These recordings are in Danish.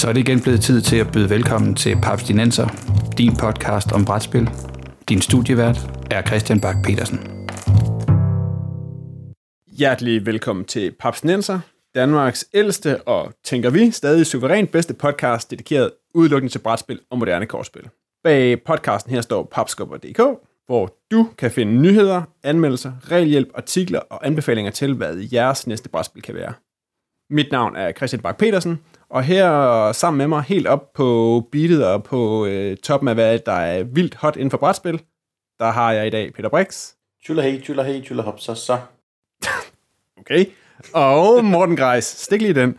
Så er det igen blevet tid til at byde velkommen til Papstinenser, din podcast om brætspil. Din studievært er Christian Bak Petersen. Hjertelig velkommen til Papstinenser, Danmarks ældste og, tænker vi, stadig suverænt bedste podcast, dedikeret udelukkende til brætspil og moderne kortspil. Bag podcasten her står papskubber.dk, hvor du kan finde nyheder, anmeldelser, regelhjælp, artikler og anbefalinger til, hvad jeres næste brætspil kan være. Mit navn er Christian Bak Petersen, og her sammen med mig helt op på beatet og på toppen af, hvad der er vildt hot inden for brætspil, der har jeg i dag Peter Brix. Tjula hop, så. Okay. Og Morten Greis. Stik lige den.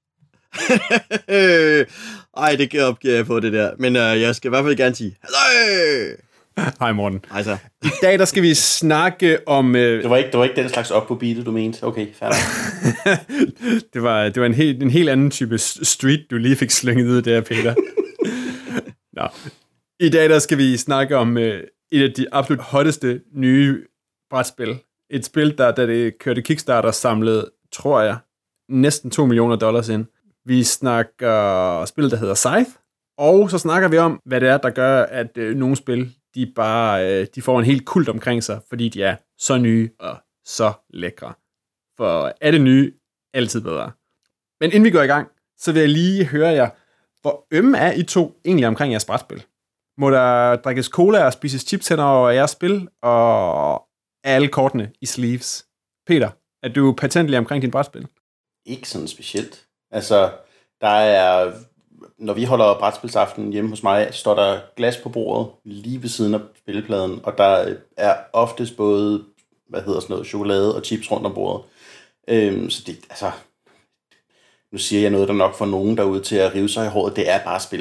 Ej, det opgiver jeg på det der. Men jeg skal i hvert fald gerne sige, hallo! Hej Morten. Hej så. I dag der skal vi snakke om... Det var ikke den slags op på beatet, du mente. Okay, færdig. det var en helt anden type street, du lige fik slynget ud der, Peter. Nå. I dag der skal vi snakke om et af de absolut hotteste nye brætspil. Et spil, da det kørte Kickstarter, samlede, tror jeg, næsten $2 million ind. Vi snakker spil, der hedder Scythe, og så snakker vi om, hvad det er, der gør, at nogle spil, de får en helt kult omkring sig, fordi de er så nye og så lækre. For er det nye altid bedre. Men inden vi går i gang, så vil jeg lige høre jer, hvor ømme er I to egentlig omkring jeres brætspil? Må der drikkes cola og spises chips hen over jeres spil, og er alle kortene i sleeves? Peter, er du patentlig omkring din brætspil? Ikke sådan specielt. Altså, der er... Når vi holder brætspilsaften hjemme hos mig, står der glas på bordet lige ved siden af spillepladen, og der er oftest både, chokolade og chips rundt om bordet. Så det, altså... Nu siger jeg noget, der nok får nogen derude til at rive sig i håret. Det er bare spil.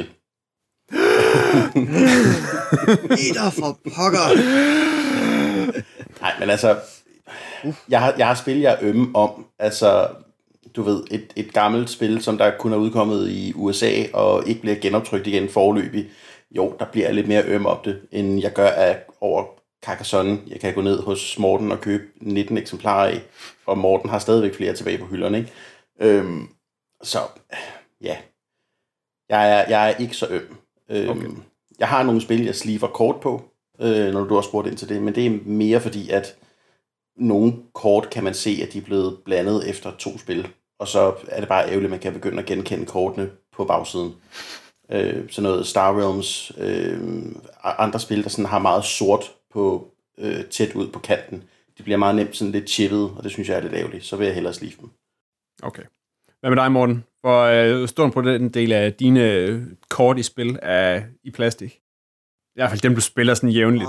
Peter for pokker! Nej, men altså... Jeg har spil, jeg er ømme om. Altså... Du ved, et gammelt spil, som der kun er udkommet i USA, og ikke bliver genoptrykt igen foreløbig. Jo, der bliver jeg lidt mere øm op det, end jeg gør over Carcassonne. Jeg kan gå ned hos Morten og købe 19 eksemplarer af, og Morten har stadigvæk flere tilbage på hylderne, ikke? Så, ja. Jeg er ikke så øm. Okay. Jeg har nogle spil, jeg sliver kort på, når du har spurgt ind til det, men det er mere fordi, at nogle kort kan man se, at de er blevet blandet efter 2 spil. Og så er det bare ærgerligt, at man kan begynde at genkende kortene på bagsiden. Sådan noget Star Realms, andre spil, der sådan har meget sort på tæt ud på kanten. De bliver meget nemt sådan lidt chippet, og det synes jeg er lidt ærgerligt. Så vil jeg hellere slive dem. Okay. Hvad med dig, Morten? Hvor stor på den del af dine kort i spil er i plastik? I hvert fald dem, du spiller sådan jævnligt.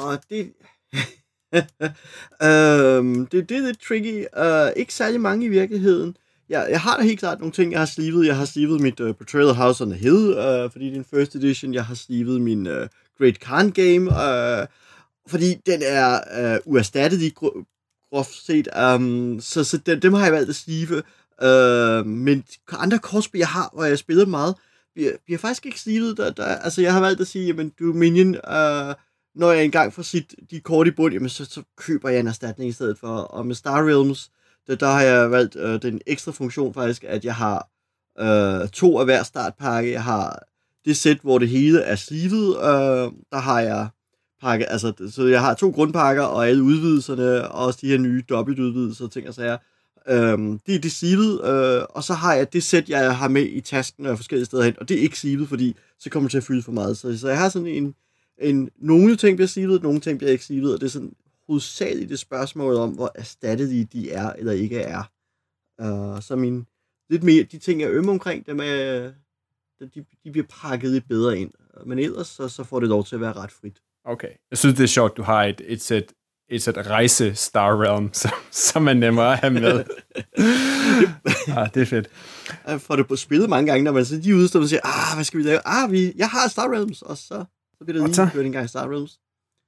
Det er lidt tricky. Ikke særlig mange i virkeligheden. Jeg har da helt klart nogle ting, jeg har slivet. Jeg har slivet mit Betrayal House on the Hill, fordi det er en first edition. Jeg har slivet min Great Khan Game, fordi den er uerstattet groft set. Så dem har jeg valgt at slive. Men andre kortspil, jeg har, hvor jeg spiller meget, bliver faktisk ikke slivet. Altså, jeg har valgt at sige, jamen, Dominion... når jeg engang får sit de kort i bund, jamen så køber jeg en erstatning i stedet for. Og med Star Realms, der har jeg valgt den ekstra funktion faktisk, at jeg har 2 af hver startpakke. Jeg har det sæt, hvor det hele er slivet. Der har jeg pakke, altså, så jeg har 2 grundpakker, og alle udvidelserne, og også de her nye dobbeltudvidelser, ting og sager. Det er slivet, og så har jeg det sæt, jeg har med i tasken og forskellige steder hen, og det er ikke slivet, fordi så kommer det til at fylde for meget. Så jeg har sådan nogle ting bliver slivet, nogle ting bliver ikke slivet, og det er sådan hovedsageligt det spørgsmål om, hvor erstattelige de er eller ikke er. Så lidt mere, de ting, jeg ømmer omkring, dem de bliver pakket lidt bedre ind. Men ellers, så får det lov til at være ret frit. Okay. Jeg synes, det er sjovt, du har et sæt rejse Star Realm, som er nemmere at have med. Det er fedt. Jeg får det på spillet mange gange, når man så de udstår og siger, hvad skal vi lave? Jeg har Star Realms, og så bliver det lige kørt en gang Star Realms.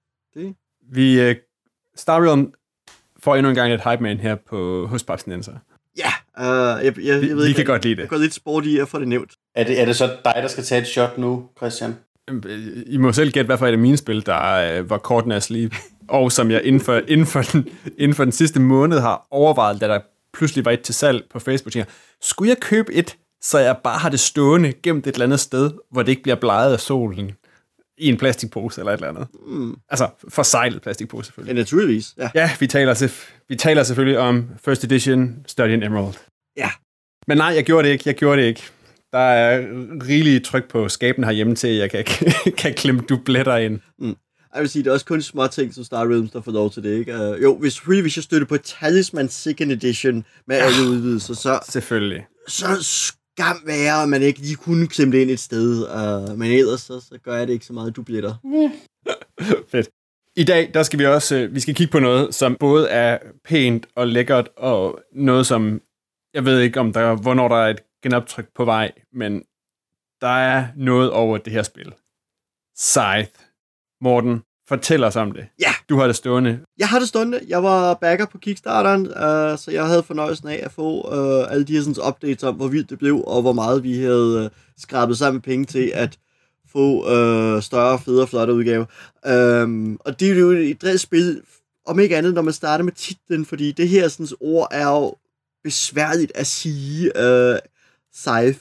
Star Realm får endnu en gang et hype man her hos Papstinenser. Ja, jeg ved vi ikke, kan godt lide det. Jeg går lidt sport i at få det nævnt. Er det så dig, der skal tage et shot nu, Christian? I må selv gætte, hvad for et af mine spil, hvor korten er sleeve. Og som jeg inden for den sidste måned har overvejet, da der pludselig var et til salg på Facebook, tænker, skulle jeg købe et så jeg bare har det stående gemt et eller andet sted, hvor det ikke bliver bleget af solen i en plastikpose eller et eller andet. Altså forseglet plastikpose selvfølgelig. Ja, naturligvis. Ja. Ja, vi taler selvfølgelig om First Edition Sturdian Emerald. Ja. Men nej, jeg gjorde det ikke. Der er rigeligt tryk på skabene herhjemme til, at jeg kan klemme dubletter ind. Jeg vil sige, det er også kun små ting, som Star Realms, der får lov til det, ikke? Jo, hvis jeg støtter på Talisman Second Edition med alle udvidelser, så... Selvfølgelig. Så skam være, at man ikke lige kunne klemme det ind et sted. Men ellers, så gør jeg det ikke så meget dubletter. Fedt. I dag, der skal vi skal kigge på noget, som både er pænt og lækkert, og noget, som... Jeg ved ikke, hvornår der er et genoptryk på vej, men der er noget over det her spil. Scythe. Morten, fortæl os om det. Ja. Du har det stående. Jeg har det stående. Jeg var backer på Kickstarteren, så jeg havde fornøjelsen af at få alle de her sådan, updates om, hvor vildt det blev, og hvor meget vi havde skrabet sammen penge til at få større, federe, flotte udgave. Og det er jo et drevet spil, om ikke andet, når man starter med titlen, fordi det her sådan, ord er jo besværligt at sige. Scythe,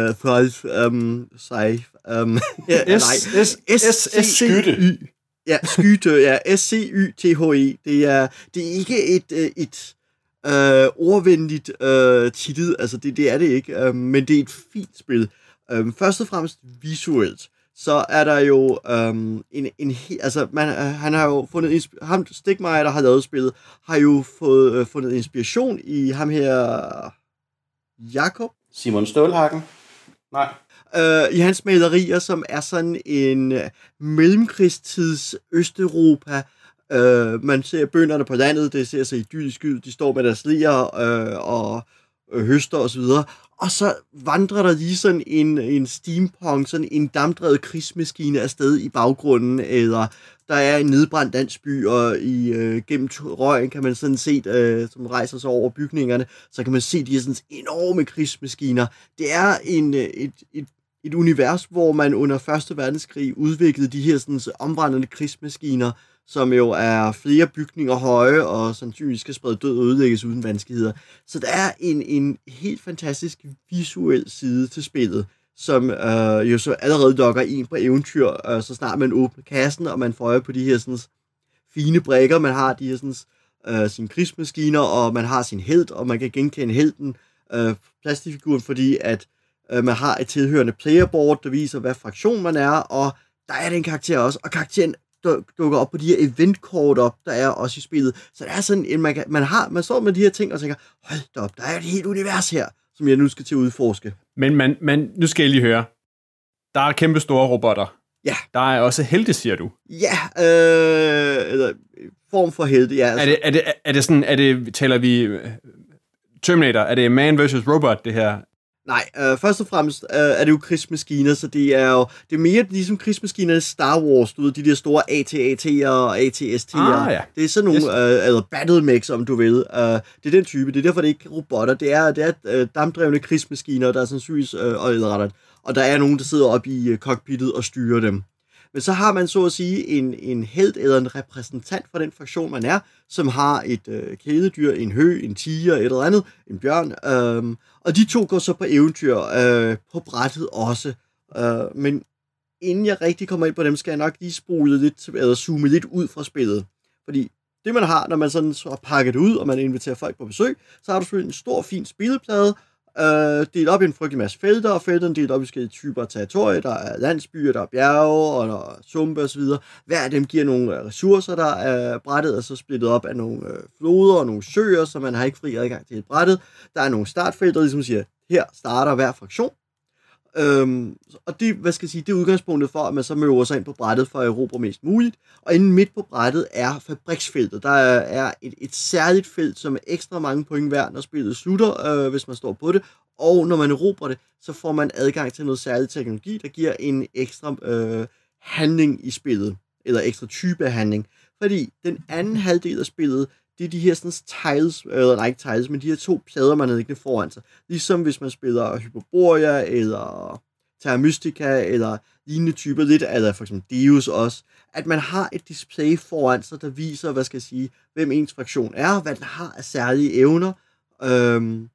Skytte. Ja, skytte, ja, SCYTHE. Det er ikke et ordvenligt titel, altså det er det ikke, men det er et fint spil. Først og fremmest visuelt, så er der jo han har jo fundet Stegmaier, der har lavet spillet, har jo fundet inspiration i ham her Jakob Simon Stålhagen? Nej. I hans malerier, som er sådan en mellemkrigstids Østeuropa. Man ser bønderne på landet, det ser sig idyllisk ud, de står med deres ler og høster osv. Og så vandrer der lige sådan en steampunk, sådan en dampdrevet krigsmaskine afsted i baggrunden, eller der er en nedbrændt landsby, og gennem røgen kan man sådan se, som rejser sig over bygningerne, så kan man se de her sådan enorme krigsmaskiner. Det er et univers, hvor man under 1. verdenskrig udviklede de her sådan ombrændende krigsmaskiner, som jo er flere bygninger høje, og sandsynligvis skal sprede død og ødelægges uden vanskeligheder. Så der er en helt fantastisk visuel side til spillet, som jo så allerede lokker en på eventyr, så snart man åbner kassen, og man får øje på de her sådan, fine brikker, man har de her sådan, sine krigsmaskiner, og man har sin helt, og man kan genkende helten, plastikfiguren, fordi at man har et tilhørende playerboard, der viser, hvad fraktion man er, og der er den karakter også, og karakteren dukker op på de her eventkort op, der er også i spillet. Så der er sådan, man står med de her ting og tænker, hold da op, der er et helt univers her, som jeg nu skal til at udforske. Men nu skal jeg lige høre. Der er kæmpe store robotter. Ja. Der er også helte, siger du. Ja, eller form for helte, ja. Altså. Er det sådan, taler vi Terminator, er det man versus robot, det her? Nej, først og fremmest er det jo krigsmaskiner, så det er mere ligesom krigsmaskinerne Star Wars, du ved, de der store AT-AT'er og AT-ST'er. Ja. Det er sådan nogle, eller battlemechs, om du vil. Det er den type, det er derfor, det er ikke robotter. Det er dampdrevne krigsmaskiner, der er sandsynligvis, og der er nogen, der sidder oppe i cockpittet og styrer dem. Men så har man så at sige en helt eller en repræsentant for den fraktion, man er, som har et kæledyr, en hø, en tiger, et eller andet, en bjørn. Og de to går så på eventyr på brættet også. Men inden jeg rigtig kommer ind på dem, skal jeg nok lige spole lidt, eller zoome lidt ud fra spillet. Fordi det man har, når man sådan så pakker det ud, og man inviterer folk på besøg, så har du selvfølgelig en stor, fin spilleplade, delt op i en frygtelig masse felter, og felterne delt op i forskellige typer af territorier. Der er landsbyer, der er bjerge, og der er sumpe osv. Hver af dem giver nogle ressourcer, der er brættet, og så splittet op af nogle floder og nogle søer, så man har ikke fri adgang til et brættet. Der er nogle startfelter, ligesom siger, her starter hver fraktion. Og det, det er udgangspunktet for, at man så møver sig ind på brættet for at erobre mest muligt. Og inden midt på brættet er fabriksfeltet. Der er et særligt felt, som er ekstra mange point værd, når spillet slutter, hvis man står på det. Og når man erobrer det, så får man adgang til noget særlig teknologi, der giver en ekstra handling i spillet. Eller ekstra type af handling. Fordi den anden halvdel af spillet, det er de her sådan tiles, eller nej ikke tiles, men de her to plader, man havde ikke foran sig. Ligesom hvis man spiller Hyperborea, eller Terra Mystica, eller lignende typer, lidt eller for eksempel Deus også, at man har et display foran sig, der viser, hvem ens fraktion er, hvad den har af særlige evner,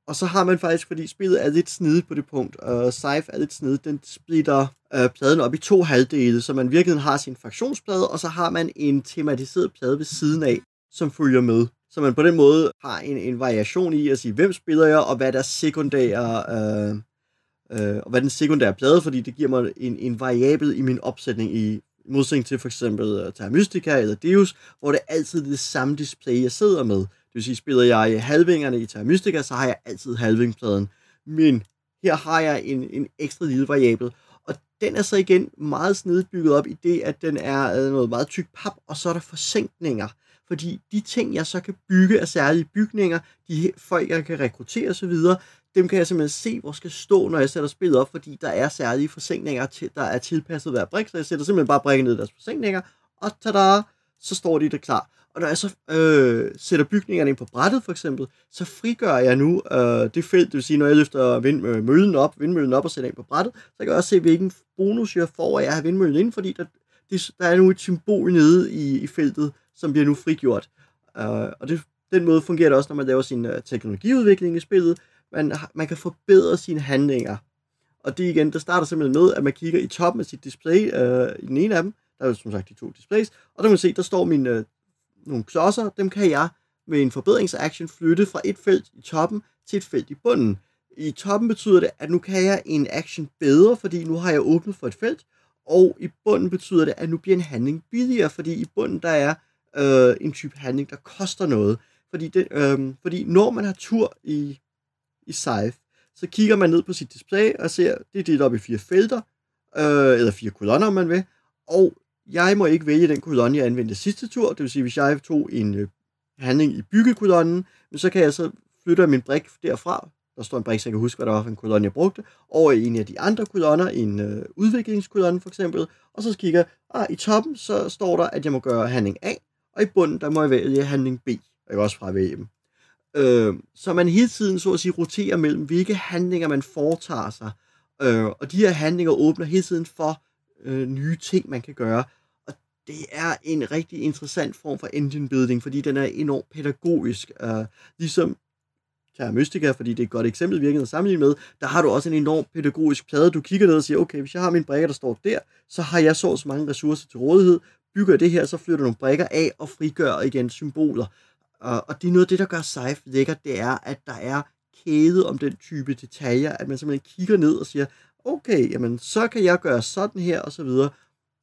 Og så har man faktisk, fordi spillet er lidt snedigt på det punkt, og Scythe er lidt snedigt, den splitter pladen op i 2 halvdele, så man virkelig har sin fraktionsplade, og så har man en tematiseret plade ved siden af, som følger med. Så man på den måde har en variation i at sige, hvem spiller jeg, og hvad der sekundære og hvad den sekundære plade, fordi det giver mig en variabel i min opsætning i modsætning til for eksempel Terra Mystica eller Deus, hvor det altid er det samme display, jeg sidder med. Det vil sige, spiller jeg halvvingerne i Terra Mystica, så har jeg altid halvvingpladen. Men her har jeg en ekstra lille variabel, og den er så igen meget snedigt bygget op i det, at den er noget meget tyk pap, og så er der forsænkninger. Fordi de ting, jeg så kan bygge af særlige bygninger, de folk, jeg kan rekruttere osv., dem kan jeg simpelthen se, hvor skal stå, når jeg sætter spillet op, fordi der er særlige forsænkninger, der er tilpasset hver brik, så jeg sætter simpelthen bare brikken ned i deres forsænkninger, og tada, så står de der klar. Og når jeg så sætter bygningerne ind på brættet for eksempel, så frigør jeg nu det felt, det vil sige, når jeg løfter vindmøllen op og sætter ind på brættet, så kan jeg også se, hvilken bonus jeg får, at jeg har vindmøllen ind, fordi der er nu et symbol nede i feltet, som bliver nu frigjort. Og den måde fungerer det også, når man laver sin teknologiudvikling i spillet. Man kan forbedre sine handlinger. Og det igen, der starter simpelthen med, at man kigger i toppen af sit display, i den ene af dem, der er jo som sagt de 2 displays, og der kan man se, der står nogle klodser, dem kan jeg med en forbedringsaction flytte fra et felt i toppen til et felt i bunden. I toppen betyder det, at nu kan jeg en action bedre, fordi nu har jeg åbnet for et felt, og i bunden betyder det, at nu bliver en handling billigere, fordi i bunden der er en type handling, der koster noget. Fordi når man har tur i Scythe, så kigger man ned på sit display og ser, det er delt op i 4 felter, eller 4 kolonner, om man vil, og jeg må ikke vælge den kolonne, jeg anvendte sidste tur, det vil sige, hvis jeg tog en handling i byggekolonnen, så kan jeg så flytte min brik derfra, der står en brik, så jeg kan huske, hvad der var for en kolonne, jeg brugte, over i en af de andre kolonner, en udviklingskolonne for eksempel, og så kigger jeg, i toppen, så står der, at jeg må gøre handling A, og i bunden, der må jeg vælge handling B, og jeg kan også fravælge dem. Så man hele tiden, så at sige, roterer mellem, hvilke handlinger man foretager sig, og de her handlinger åbner hele tiden for nye ting, man kan gøre, og det er en rigtig interessant form for engine building, fordi den er enormt pædagogisk, ligesom Terra Mystica, fordi det er et godt eksempel, virkelig at sammenligne med, der har du også en enormt pædagogisk plade, du kigger ned og siger, okay, hvis jeg har min brikker, der står der, så har jeg så mange ressourcer til rådighed, bygger det her, så flytter nogle brikker af, og frigør igen symboler, og det er noget af det, der gør Scythe lækkert, det er, at der er kæde om den type detaljer, at man simpelthen kigger ned og siger, okay, jamen, så kan jeg gøre sådan her, og så videre.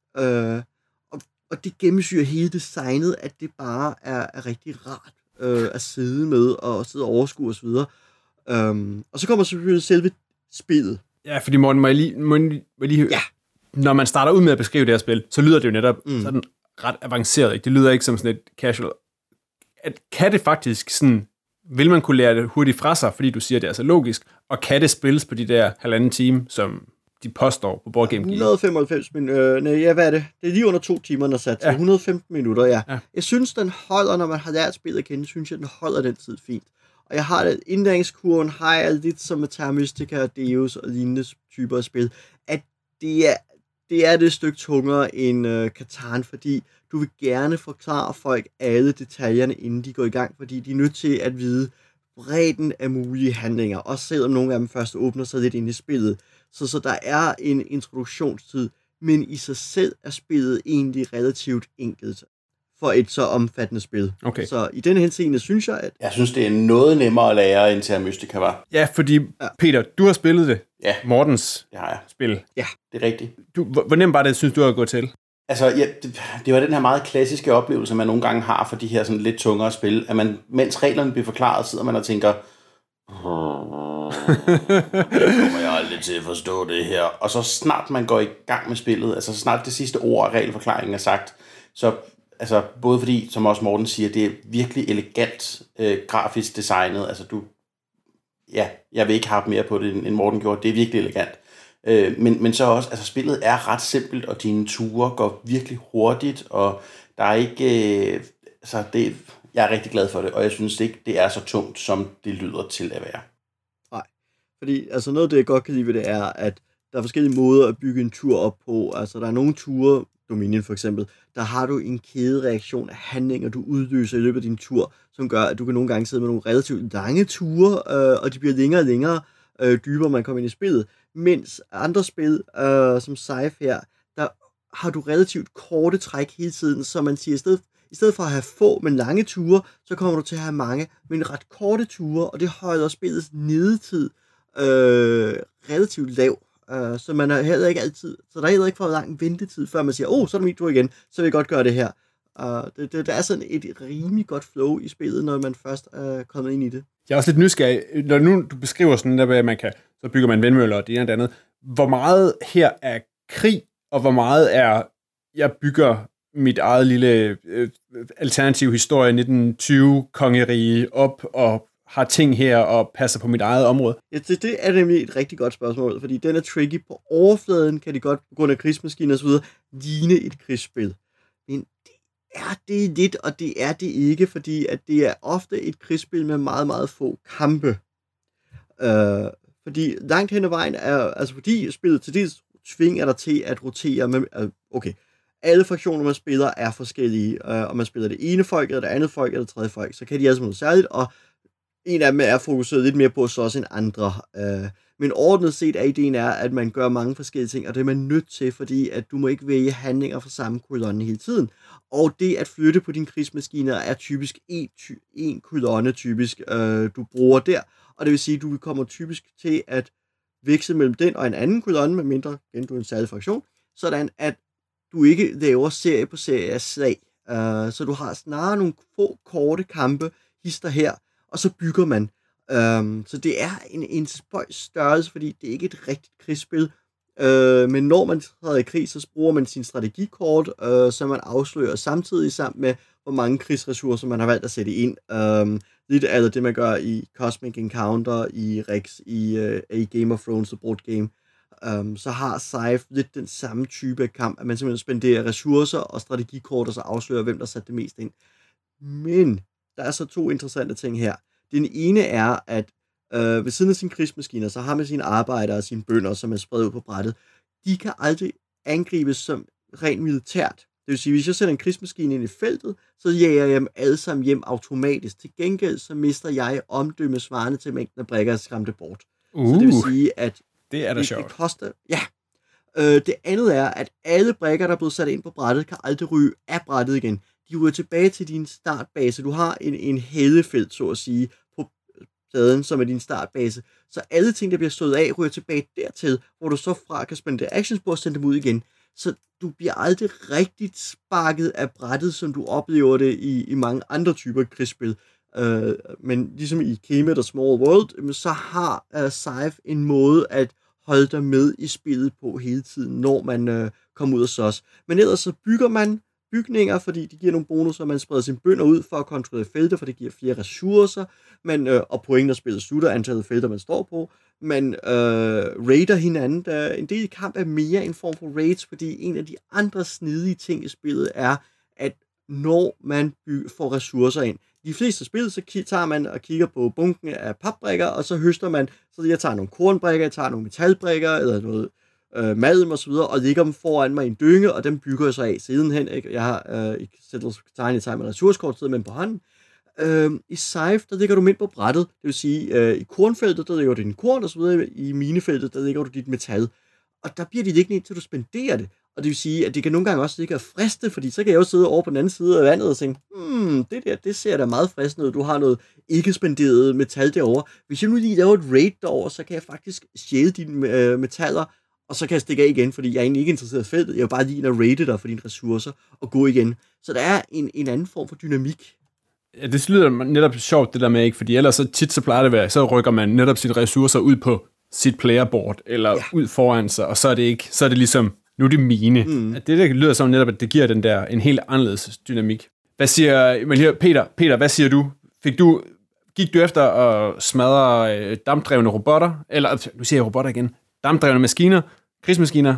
Og det gennemsyrer hele designet, at det bare er rigtig rart at sidde med, og sidde og overskue, og så videre. Og så kommer selvfølgelig selve spillet. Ja, fordi Morten, må jeg lige ja. Når man starter ud med at beskrive det her spil, så lyder det jo netop sådan ret avanceret, ikke? Det lyder ikke som sådan et casual. Kan det faktisk sådan, vil man kunne lære det hurtigt fra sig, fordi du siger, det er så logisk, og kan det spilles på de der 1,5 time, som de påstår på Board Game Geek? 195 minutter, hvad er det? Det er lige under 2 timer, der er sat til 115 minutter, ja. Jeg synes, den holder, når man har lært spillet at kende, synes jeg, den holder den tid fint. Og jeg har det, indlæringskurven har jeg lidt som med Terra Mystica og Deus og lignende typer af spil, at det er det stykke tungere end Catan, fordi du vil gerne forklare folk alle detaljerne, inden de går i gang, fordi de er nødt til at vide bredden af mulige handlinger, også selvom nogle af dem først åbner sig lidt ind i spillet. Så der er en introduktionstid, men i sig selv er spillet egentlig relativt enkelt for et så omfattende spil. Okay. Så i den henseende synes jeg, at... Jeg synes, det er noget nemmere at lære, end Terra Mystica var. Ja, fordi Peter, du har spillet det. Ja. Mortens spil. Ja. Det er rigtigt. Hvor nemt var det, synes du, at gå til? Altså, ja, det var den her meget klassiske oplevelse, man nogle gange har for de her sådan lidt tungere spil, at man, mens reglerne bliver forklaret, sidder man og tænker, kommer jeg aldrig til at forstå det her. Og så snart man går i gang med spillet, altså så snart det sidste ord af regelforklaringen er sagt, så altså både fordi, som også Morten siger, det er virkelig elegant grafisk designet, altså jeg vil ikke have mere på det, end Morten gjorde, det er virkelig elegant. Men så også, altså spillet er ret simpelt, og dine ture går virkelig hurtigt, og der er ikke, jeg er rigtig glad for det, og jeg synes ikke, det er så tungt, som det lyder til at være. Nej, fordi altså noget af det, jeg godt kan lide ved det, er, at der er forskellige måder at bygge en tur op på. Altså der er nogle ture, Dominion for eksempel, der har du en kædereaktion af handlinger, du udløser i løbet af din tur, som gør, at du kan nogle gange sidde med nogle relativt lange ture, og de bliver længere og længere, dybere man kommer ind i spillet. Mens andre spil, som Scythe her, der har du relativt korte træk hele tiden, så man siger, i stedet for at have få, men lange ture, så kommer du til at have mange, men ret korte ture, og det holder spillets nedetid relativt lav. Så man er heller ikke altid, så der er heller ikke for lang ventetid, før man siger, så er det min tur igen, så vil jeg godt gøre det her. Der er sådan et rimelig godt flow i spillet, når man først er kommet ind i det. Jeg er også lidt nysgerrig, når nu du beskriver sådan der, at man kan, så bygger man vindmøller og det ene og det andet. Hvor meget her er krig, og hvor meget er, jeg bygger mit eget lille alternativ historie 1920 kongerige op og har ting her og passer på mit eget område? Ja, det er nemlig et rigtig godt spørgsmål, fordi den er tricky. På overfladen kan det godt, på grund af krigsmaskiner og så videre, ligne et krigsspil. Men det er det lidt, og det er det ikke, fordi at det er ofte et krigsspil med meget, meget få kampe. Fordi langt hen ad vejen fordi spillet til dels tvinger dig til at rotere med, alle fraktioner, man spiller, er forskellige, og man spiller det ene folk, eller det andet folk, eller det tredje folk, så kan de altså noget særligt, og en af dem er fokuseret lidt mere på at slås end andre. Men ordnet set er ideen at man gør mange forskellige ting, og det er man nødt til, fordi at du må ikke vælge handlinger fra samme kolonne hele tiden. Og det at flytte på dine krigsmaskiner er typisk en kolonne typisk, du bruger der, og det vil sige, at du kommer typisk til at veksle mellem den og en anden kolonne, med mindre du er en særlig fraktion, sådan at du ikke laver serie på serie af slag. Så du har snarere nogle få korte kampe, hister her, og så bygger man. Så det er en spøjs størrelse, fordi det er ikke et rigtigt krigsspil. Men når man træder i krig, så bruger man sin strategikort, så man afslører samtidig sammen med, hvor mange krigsressourcer man har valgt at sætte ind. Lidt af det, man gør i Cosmic Encounter, i Rex, i Game of Thrones, The Board Game. Så har Scythe lidt den samme type af kamp, at man simpelthen spenderer ressourcer og strategikort, og så afslører, hvem der satte det mest ind. Men der er så to interessante ting her. Den ene er, at ved siden af sine krigsmaskiner, så har man sine arbejdere og sine bønder, som er spredt ud på brættet. De kan aldrig angribes som rent militært. Det vil sige, hvis jeg sætter en krigsmaskine ind i feltet, så jager jeg dem alle sammen hjem automatisk. Til gengæld, så mister jeg omdømme svarende til mængden af brækker og skræmte bort. Så det vil sige, at det er da sjovt. Det koster. Ja. Det andet er, at alle brækker, der er blevet sat ind på brættet, kan aldrig ryge af brættet igen. De ryger tilbage til din startbase. Du har en hældefelt, så at sige, på pladen, som er din startbase. Så alle ting, der bliver stået af, ryger tilbage dertil, hvor du så fra kan spænde actions på og sende dem ud igen. Så du bliver aldrig rigtig sparket af brættet, som du oplever det i mange andre typer krigsspil. Men ligesom i Kemet og Small World, så har Scythe en måde at holde dig med i spillet på hele tiden, når man kommer ud og slås. Men ellers så bygger man bygninger, fordi de giver nogle bonusser, man spreder sine bønder ud for at kontrollere felter, for det giver flere ressourcer, og point, der spiller slutter, antallet af felter, man står på. Man raider hinanden. En del kamp er mere en form for raids, fordi en af de andre snedige ting i spillet er, at når man får ressourcer ind. De fleste spil, så tager man og kigger på bunken af papbrikker, og så høster man, så jeg tager nogle kornbrikker, jeg tager nogle metalbrikker, eller noget malm og så videre, og lægger dem foran mig i en dynge, og dem bygger jeg så af sidenhen. Ikke? Jeg har ikke tegnet med ressourcekort, sidder med dem på hånden. I Scythe, der ligger du midt på brættet, det vil sige, i kornfeltet, der ligger du din korn, og så videre, i minefeltet, der ligger du dit metal. Og der bliver de liggende indtil du spenderer det. Og det vil sige, at det kan nogle gange også ligge og friste, fordi så kan jeg jo sidde over på den anden side af vandet og tænke, det ser da meget fristende ud. Du har noget ikke spenderet metal derovre. Hvis jeg nu lige laver et raid derover, så kan jeg faktisk stjæle dine metaller, og så kan jeg stikke af igen, fordi jeg er egentlig ikke interesseret i feltet. Jeg vil bare lige at raide dig for dine ressourcer og gå igen. Så der er en anden form for dynamik. Ja, det lyder netop sjovt, det der med, ikke? Fordi ellers så tit så plejer det at være, så rykker man netop sine ressourcer ud på sit playerboard, eller ud foran sig, og så er det ligesom, nu er det mine. At det lyder som netop, at det giver den der en helt anderledes dynamik. Hvad siger Peter, hvad siger du? Gik du efter at smadre dampdrevne robotter, eller nu siger jeg robotter igen, dampdrevne maskiner, krigsmaskiner,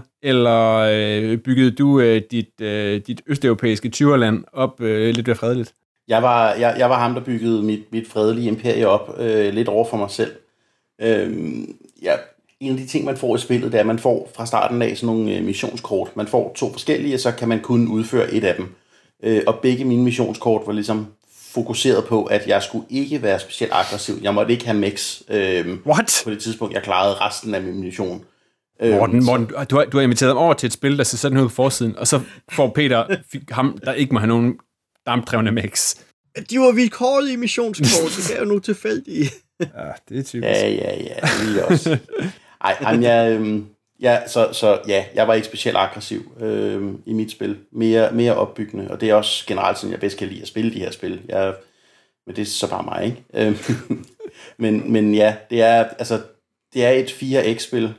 eller byggede du dit østeuropæiske tyverland op lidt mere fredeligt? Jeg var ham, der byggede mit fredelige imperie op lidt over for mig selv. en af de ting, man får i spillet, det er, at man får fra starten af sådan nogle missionskort. Man får 2 forskellige, og så kan man kun udføre et af dem. Og begge mine missionskort var ligesom fokuseret på, at jeg skulle ikke være specielt aggressiv. Jeg måtte ikke have mix på det tidspunkt, jeg klarede resten af min mission. Morten, du har inviteret dem over til et spil, der ser sådan ud på forsiden, og så får Peter ham, der ikke må have nogen dampdrevne mix. De var vilkårlige missionskort, det er jo nu tilfældige. Ja, det er typisk. Ja, det er også. Jeg var ikke specielt aggressiv i mit spil. Mere opbyggende, og det er også generelt sådan, jeg bedst kan lide at spille de her spil. Men det er så bare mig, ikke? men ja, det er et 4X-spil,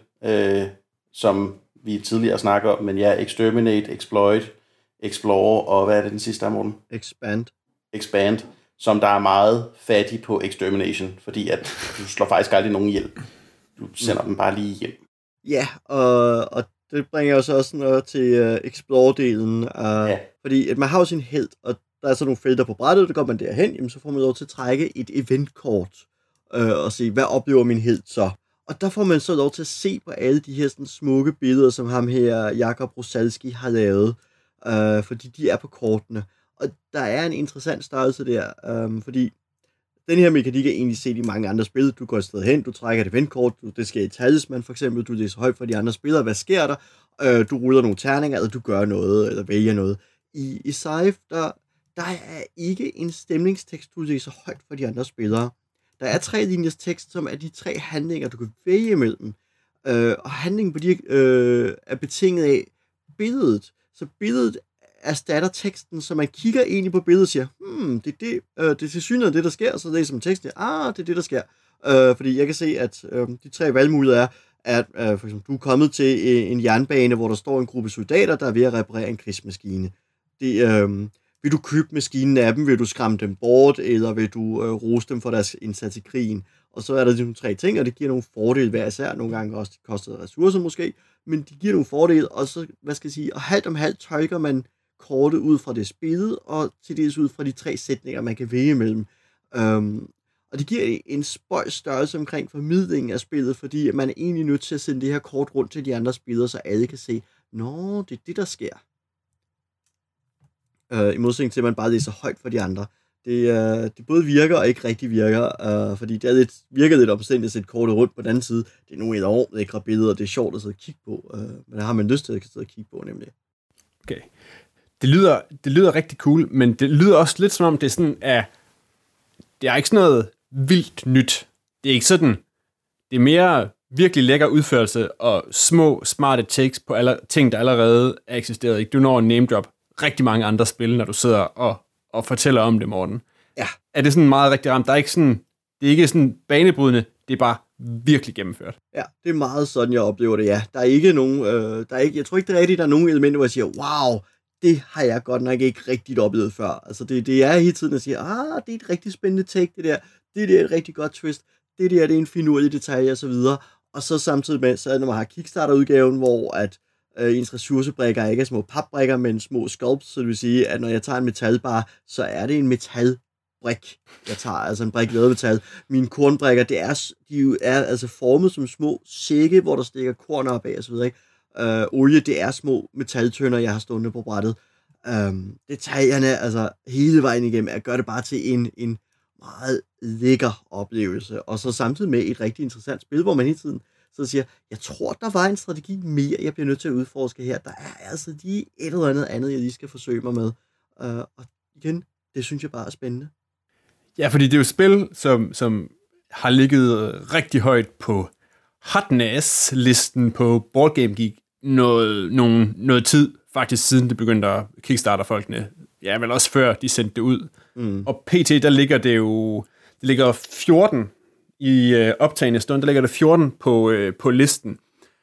som vi tidligere snakker om, men ja, Exterminate, Exploit, Explore, og hvad er det den sidste, Morten? Expand, som der er meget fattig på Extermination, fordi at du slår faktisk aldrig nogen ihjel. Du sender dem bare lige hjem. Ja, og det bringer os også noget til Explore-delen, fordi at man har jo sin held, og der er så nogle felter på brættet, der går man derhen, jamen, så får man lov til at trække et eventkort, og se, hvad oplever min held så? Og der får man så lov til at se på alle de her sådan, smukke billeder, som ham her, Jakob Rosalski, har lavet, fordi de er på kortene. Og der er en interessant størrelse der, fordi den her mekanik er egentlig set i mange andre spil. Du går et sted hen, du trækker et eventkort, det sker i talisman for eksempel, du læser højt for de andre spillere, hvad sker der? Du ruller nogle terninger, eller du gør noget, eller vælger noget. I Scythe, der er ikke en stemningstekst, du læser højt for de andre spillere. Der er 3 linjers tekst, som er de 3 handlinger, du kan vælge imellem. Og handlingen på de er betinget af billedet. Så billedet erstatter teksten, så man kigger egentlig på billedet og siger, det er tilsyneladende det, der sker, og så læser man teksten, det er det, der sker. Fordi jeg kan se, at de 3 valgmuligheder er, at for eksempel, du er kommet til en jernbane, hvor der står en gruppe soldater, der er ved at reparere en krigsmaskine. Vil du købe maskinen af dem? Vil du skræmme dem bort? Eller vil du rose dem for deres indsats i krigen? Og så er der de 3 ting, og det giver nogle fordele hver især. Nogle gange også det koster ressourcer måske, men de giver nogle fordele, og så, og halvt om halvt tolker man kortet ud fra det spillet, og til dels ud fra de 3 sætninger, man kan vælge imellem. Og det giver en spøjs størrelse omkring formidlingen af spillet, fordi man er egentlig nødt til at sende det her kort rundt til de andre spillere, så alle kan se, nå, det er det, der sker. I modsætning til, at man bare læser højt for de andre. Det både virker og ikke rigtig virker, fordi det virker lidt omstændigt at sætte kortet rundt på den anden side. Det er nogle enormt lækre billeder, og det er sjovt at sidde og kigge på, men det har man lyst til at sidde og kigge på, nemlig. Okay. Det lyder rigtig cool, men det lyder også lidt som om, det er sådan, at det er ikke sådan noget vildt nyt. Det er ikke sådan, det er mere virkelig lækker udførelse og små, smarte takes på ting, der allerede er eksisteret. Ikke? Du når en name drop rigtig mange andre spil, når du sidder og fortæller om det, Morten. Ja. Er det sådan meget rigtig ramt? Det er ikke sådan banebrydende, det er bare virkelig gennemført. Ja, det er meget sådan, jeg oplever det, ja. Der er ikke nogen, jeg tror ikke, det er rigtigt, der er nogen elementer, hvor jeg siger, wow, det har jeg godt nok ikke rigtigt oplevet før. Altså, det er hele tiden at sige, det er et rigtig spændende take, det der er et rigtig godt twist, det er en finurlig detalje, og så videre. Og så samtidig med, så når man har Kickstarter-udgaven, hvor at ens ressourcebrikker ikke er små papbrikker, men små sculpts, så det vil sige, at når jeg tager en metalbar, så er det en metalbrik, jeg tager, altså en brik lavet metal. Mine kornbrikker, de er altså formet som små sække, hvor der stikker korn op af, og så videre, ikke? Olie, det er små metaltønder, jeg har stående på brættet. Detaljerne, altså hele vejen igennem, gør det bare til en meget lækker oplevelse, og så samtidig med et rigtig interessant spil, hvor man hele tiden så siger, jeg tror, der var en strategi mere, jeg bliver nødt til at udforske her. Der er altså lige et eller andet, jeg lige skal forsøge mig med. Og igen, det synes jeg bare er spændende. Ja, fordi det er jo spil, som har ligget rigtig højt på hotness-listen på Board Game Geek noget tid, faktisk siden det begyndte at kickstarter folkene. Ja, vel også før de sendte det ud. Og PT, der ligger det jo, det ligger 14 i optagende stund, der ligger der 14 på listen.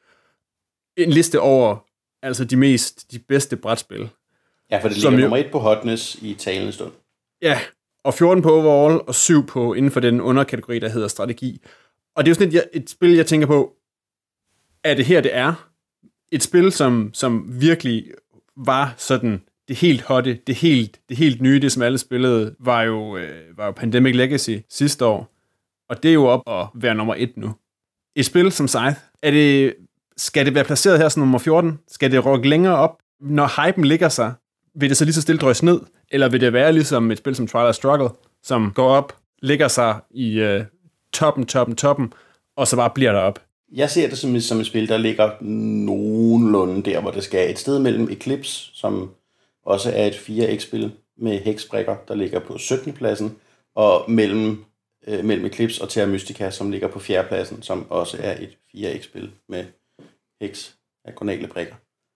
En liste over altså de bedste brætspil. Ja, for det ligger nummer 1 på hotness i talende stund. Ja, og 14 på overall, og 7 på inden for den underkategori, der hedder strategi. Og det er jo sådan et spil, jeg tænker på, er det her, det er? Et spil, som virkelig var sådan det helt hotte, det helt nye, det som alle spillede, var jo Pandemic Legacy sidste år. Og det er jo op at være nummer 1 nu. et spil som Scythe, skal det være placeret her som nummer 14? Skal det rykke længere op? Når hypen ligger sig, vil det så lige så stille drøs ned? Eller vil det være ligesom et spil som Trial of Struggle, som går op, ligger sig i toppen, og så bare bliver derop? Jeg ser det som et spil, der ligger nogenlunde der, hvor det skal. Et sted mellem Eclipse, som også er et 4X-spil med heksbrikker, der ligger på 17. pladsen, og mellem Eclipse og Terra Mystica, som ligger på 4. pladsen, som også er et 4X-spil med hexagonale brikker.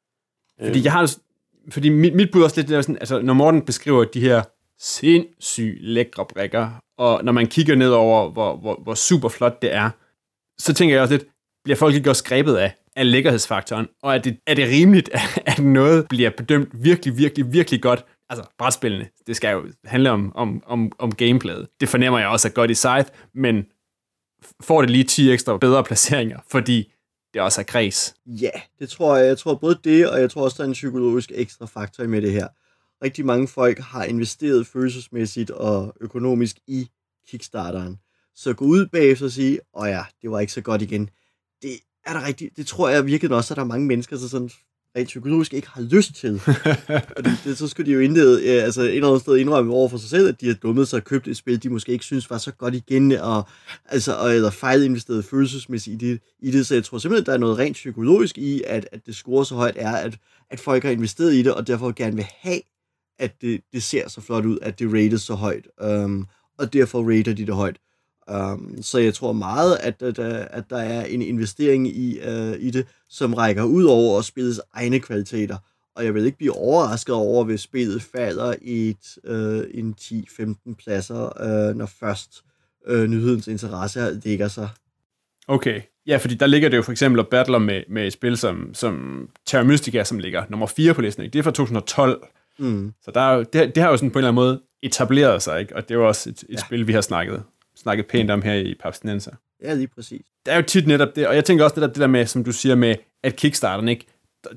Fordi mit bud også lidt er sådan, altså når Morten beskriver de her sindssygt lækre brikker, og når man kigger ned over, hvor super flot det er, så tænker jeg også lidt, bliver folk ikke også grebet af lækkerhedsfaktoren, og er det rimeligt, at noget bliver bedømt virkelig, virkelig, virkelig godt? Altså, brætspillene, det skal jo handle om gameplayet. Det fornemmer jeg også er godt i Scythe, men får det lige 10 ekstra bedre placeringer, fordi det også er græs. Ja, det tror jeg. Jeg tror både det, og jeg tror også, der er en psykologisk ekstra faktor med det her. Rigtig mange folk har investeret følelsesmæssigt og økonomisk i Kickstarteren. Så gå ud bagefter og sige, det var ikke så godt igen. Det er der rigtigt. Det tror jeg virkelig også, at der er mange mennesker, der sådan rent psykologisk ikke har lyst til. Fordi så skulle de jo et eller andet sted indrømme over for sig selv, at de har dummet sig og købt et spil, de måske ikke synes var så godt igen, eller fejlinvesteret følelsesmæssigt i det. Så jeg tror simpelthen, at der er noget rent psykologisk i, at det scorer så højt er, at folk har investeret i det, og derfor gerne vil have, at det ser så flot ud, at det rates så højt. Og derfor rater de det højt. Så jeg tror meget, at der er en investering i det, som rækker ud over spillets egne kvaliteter. Og jeg vil ikke blive overrasket over, hvis spillet falder i en 10-15 pladser, når først nyhedens interesse ligger sig. Okay. Ja, fordi der ligger det jo for eksempel og battler med et spil som Terra Mystica, som ligger nummer 4 på listen. Ikke? Det er fra 2012. Så det har jo sådan på en eller anden måde etableret sig, ikke? Og det er jo også et spil, vi har snakket pænt om her i Papstinenser. Ja, lige præcis. Det er jo tit netop det, og jeg tænker også det der med, som du siger med, at Kickstarteren, ikke?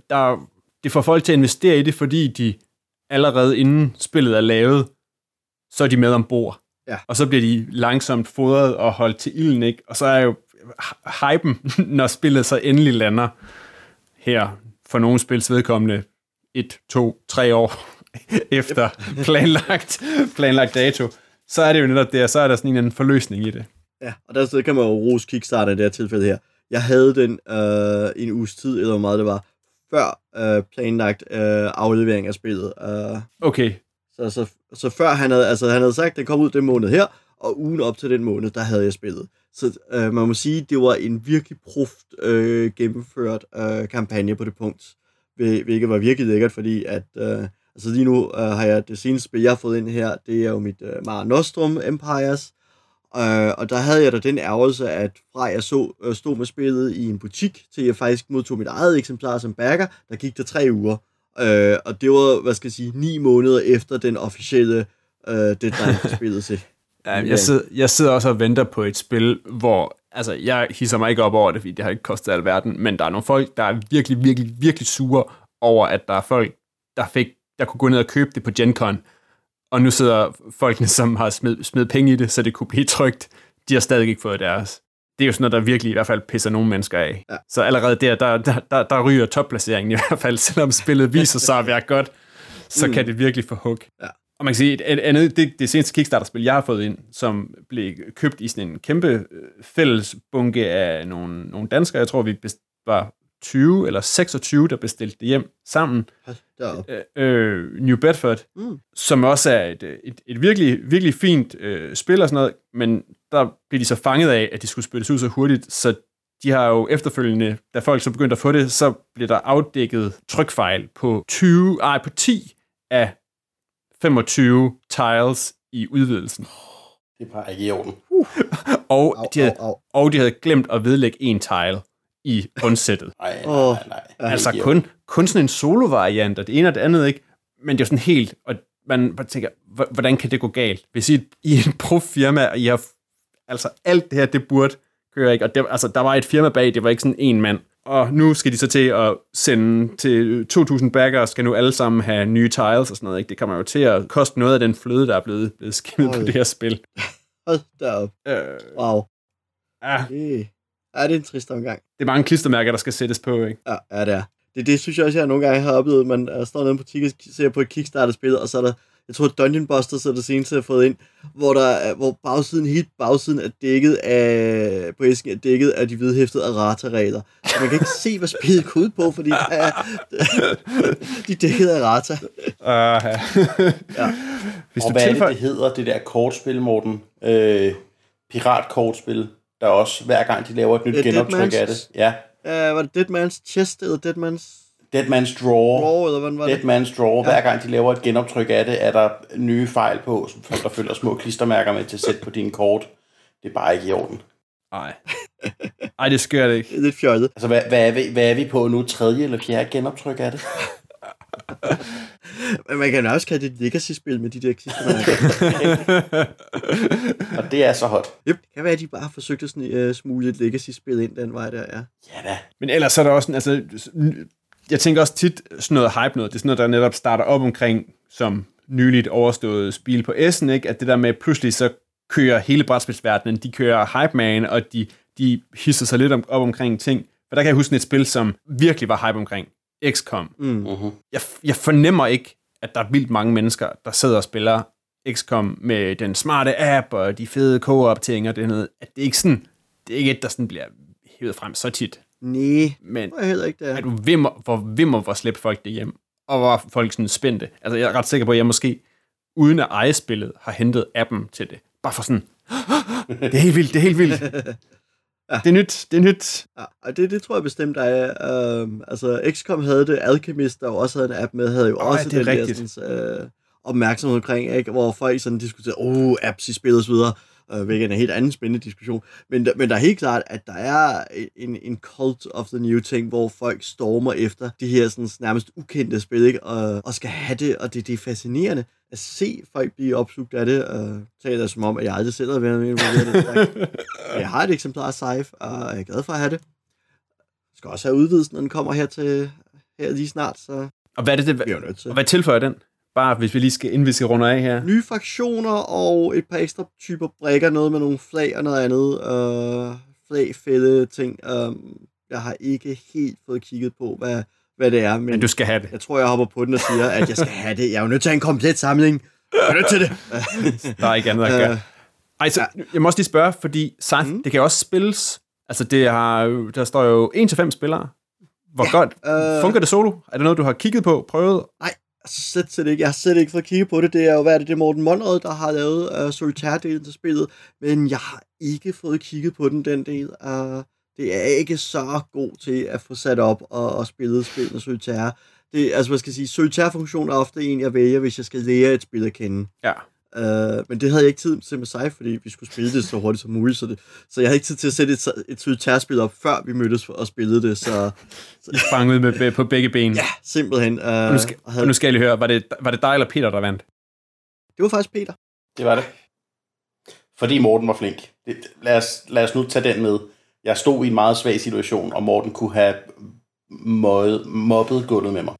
Det får folk til at investere i det, fordi de allerede inden spillet er lavet, så er de med ombord. Ja. Og så bliver de langsomt fodret og holdt til ilden, ikke? Og så er jo hypen, når spillet så endelig lander her, for nogle spils vedkommende 1, 2, 3 år efter planlagt dato, så er det jo netop det, og så er der sådan en forløsning i det. Ja, og der kan man jo rose Kickstarter i det her tilfælde her. Jeg havde den en uges tid, eller hvor meget det var, før planlagt aflevering af spillet. Okay. Så før han havde sagt, at den kom ud den måned her, og ugen op til den måned, der havde jeg spillet. Så man må sige, det var en virkelig gennemført kampagne på det punkt, hvilket var virkelig lækkert, fordi at lige nu har jeg det seneste spil, jeg har fået ind her, det er jo mit Mare Nostrum Empires, og der havde jeg da den ærgelse, at fra jeg stod med spillet i en butik, til jeg faktisk modtog mit eget eksemplar som backer, der gik der 3 uger. Og det var, 9 måneder efter den officielle deadline for spillet til. Jeg sidder også og venter på et spil, hvor, altså, jeg hisser mig ikke op over det, fordi det har ikke kostet alverden, men der er nogle folk, der er virkelig, virkelig, virkelig sure over, at der er folk, der kunne gå ned og købe det på Gen Con, og nu sidder folkene, som har smidt penge i det, så det kunne blive trykt, de har stadig ikke fået deres. Det er jo sådan noget, der virkelig i hvert fald pisser nogle mennesker af. Ja. Så allerede der ryger topplaceringen i hvert fald, selvom spillet viser sig at være godt, så kan det virkelig få hug. Ja. Og man kan sige, et andet, det seneste Kickstarter-spil, jeg har fået ind, som blev købt i sådan en kæmpe fælles bunke af nogle danskere, jeg tror, vi var 20 eller 26, der bestilte det hjem sammen. New Bedford, som også er et virkelig, virkelig fint spil og sådan noget, men der blev de så fanget af, at de skulle spilles ud så hurtigt, så de har jo efterfølgende, da folk så begyndte at få det, så blev der afdækket trykfejl på 10 af 25 tiles i udvidelsen. Det er bare ikke i orden. Og de havde glemt at vedlægge en tile i bundsættet. Nej. Altså kun sådan en solo-variant, og det ene og det andet ikke, men det er sådan helt, og man bare tænker, hvordan kan det gå galt? Hvis I er en prof-firma, og I har, altså alt det her, det burde køre ikke, og der var et firma bag, det var ikke sådan en mand, og nu skal de så til at sende til 2.000 backere, skal nu alle sammen have nye tiles og sådan noget, ikke? Det kommer jo til at koste noget af den fløde, der er blevet skimmet på det her spil. Hold da op. Wow. Ja. Ja, det er en trist omgang. Det er mange klistermærker, der skal sættes på, ikke? Ja, det er. Det synes jeg også, jeg nogle gange har oplevet. Man står nede på butik og ser på et Kickstarter-spil, og så er der, jeg tror, Dungeon Busters er det seneste, jeg har fået ind, hvor bagsiden, helt bagsiden er dækket af, på æsken er dækket af de vedhæftede errata-regler. Så man kan ikke se, hvad spillet går ud på, fordi de er dækket af errata. Ja. Og hvad er det hedder, det der kortspil, Morten? Piratkortspil, der også, hver gang de laver et nyt genoptryk af det. Ja. Var det Dead Man's Chest eller Dead Man's Draw, eller hvordan var det? Dead Man's Draw. Hver gang de laver et genoptryk af det, er der nye fejl på, som folk, der følger små klistermærker med til at sætte på dine kort. Det er bare ikke i orden. Nej, det sker det ikke. Det er lidt fjollet. Altså, hvad er vi på nu? 3. eller 4. genoptryk af det? Men man kan jo også kalde det et legacy-spil med de der klistermærker. Og det er så hot. Yep. Det kan være, at de bare forsøgte at smule et legacy-spil ind den vej der, ja. Ja da. Men ellers er der også, altså, jeg tænker også tit sådan noget hype noget. Det er sådan noget, der netop starter op omkring, som nyligt overstået spil på S'en, ikke? At det der med pludselig så kører hele brætspilsverdenen, de kører hype man, og de hisser sig lidt op omkring ting. For der kan jeg huske et spil, som virkelig var hype omkring. XCOM. Jeg fornemmer ikke, at der er vildt mange mennesker, der sidder og spiller XCOM med den smarte app og de fede co-op-ting og det noget. At det er ikke sådan, det er ikke et, der sådan bliver hævet frem så tit. Nej, men jeg heller ikke det. At du hvor slæbe folk det hjem, og hvor folk sådan spændte. Altså jeg er ret sikker på, at jeg måske uden at eje spillet har hentet appen til det. Bare for sådan, det er helt vildt. Ja. Det er nyt. Ja, og det tror jeg bestemt, der er. Altså, XCOM havde det, Alchemist, der også havde en app med, havde jo også den der opmærksomhed omkring, ikke? Hvor folk sådan diskuterede, apps i spillet og så videre, hvilket er en helt anden spændende diskussion. Men der er helt klart, at der er en cult of the new ting, hvor folk stormer efter de her sådan, nærmest ukendte spil, ikke? Og skal have det, og det er fascinerende at se folk blive opslugt af det, og taler som om, at jeg aldrig selv har været med det. Jeg har et eksemplar af Scythe, og jeg er glad for at have det. Jeg skal også have udvidelsen, når den kommer her lige snart. Så og hvad er det? Og hvad tilføjer den? Bare hvis vi lige skal, inden vi skal runde af her. Nye fraktioner og et par ekstra typer brikker, noget med nogle flag og noget andet. Flagfælde ting. Jeg har ikke helt fået kigget på, hvad det er. Men du skal have det. Jeg tror, jeg hopper på den og siger, at jeg skal have det. Jeg er jo nødt til at have en komplet samling. Jeg er nødt til det. Der er ikke andet at gøre. Så jeg må også lige spørge, fordi Scythe, det kan også spilles. Altså, der står jo 1-5 spillere. Hvor godt fungerer det solo? Er det noget, du har kigget på, prøvet? Nej, slet ikke. Jeg har slet ikke fået kigget på det. Det er jo, det er Morten Monrad, der har lavet solitærdelen til spillet. Men jeg har ikke fået kigget på den del. Det er ikke så god til at få sat op og spillet spil med solitære. Altså, hvad skal jeg sige, solitærfunktion er ofte en, jeg vælger, hvis jeg skal lære et spil at kende. Ja. Men det havde jeg ikke tid til med sig, fordi vi skulle spille det så hurtigt som muligt, så jeg havde ikke tid til at sætte et solitærspil op, før vi mødtes og spillede det, så I sprang ud med på begge ben. Ja, simpelthen. Og nu skal jeg lige høre, var det dig eller Peter, der vandt? Det var faktisk Peter. Det var det. Fordi Morten var flink. Lad os nu tage den med. Jeg stod i en meget svag situation, og Morten kunne have mobbet gulvet med mig.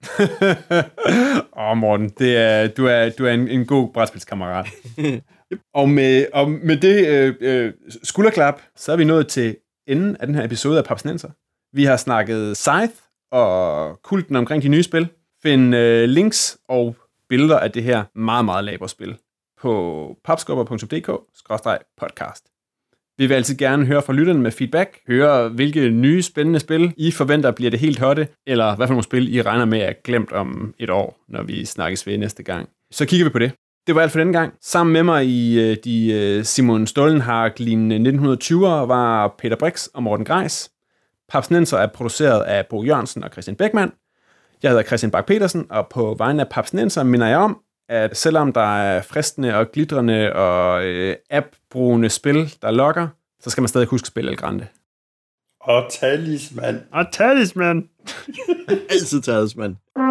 Morten, du er en god brætspilskammerat. og med det skulderklap, så er vi nået til enden af den her episode af Papsnenser. Vi har snakket Scythe og kulten omkring de nye spil. Find links og billeder af det her meget, meget labert spil på papskubber.dk/podcast. Vi vil altid gerne høre fra lytterne med feedback, høre hvilke nye spændende spil I forventer bliver det helt hotte, eller hvad for nogle spil I regner med at glemt om et år, når vi snakkes ved næste gang. Så kigger vi på det. Det var alt for denne gang. Sammen med mig i de Simon Stollenhag-lignende 1920'ere var Peter Brix og Morten Greis. Papsnenser er produceret af Bo Jørgensen og Christian Beckmann. Jeg hedder Christian Bak Petersen, og på vegne af Papsnenser minder jeg om, at selvom der er fristende og glitrende og app-brugende spil, der lokker, så skal man stadig huske at spille El Grande. Og talisman. Og talisman. Altid talisman.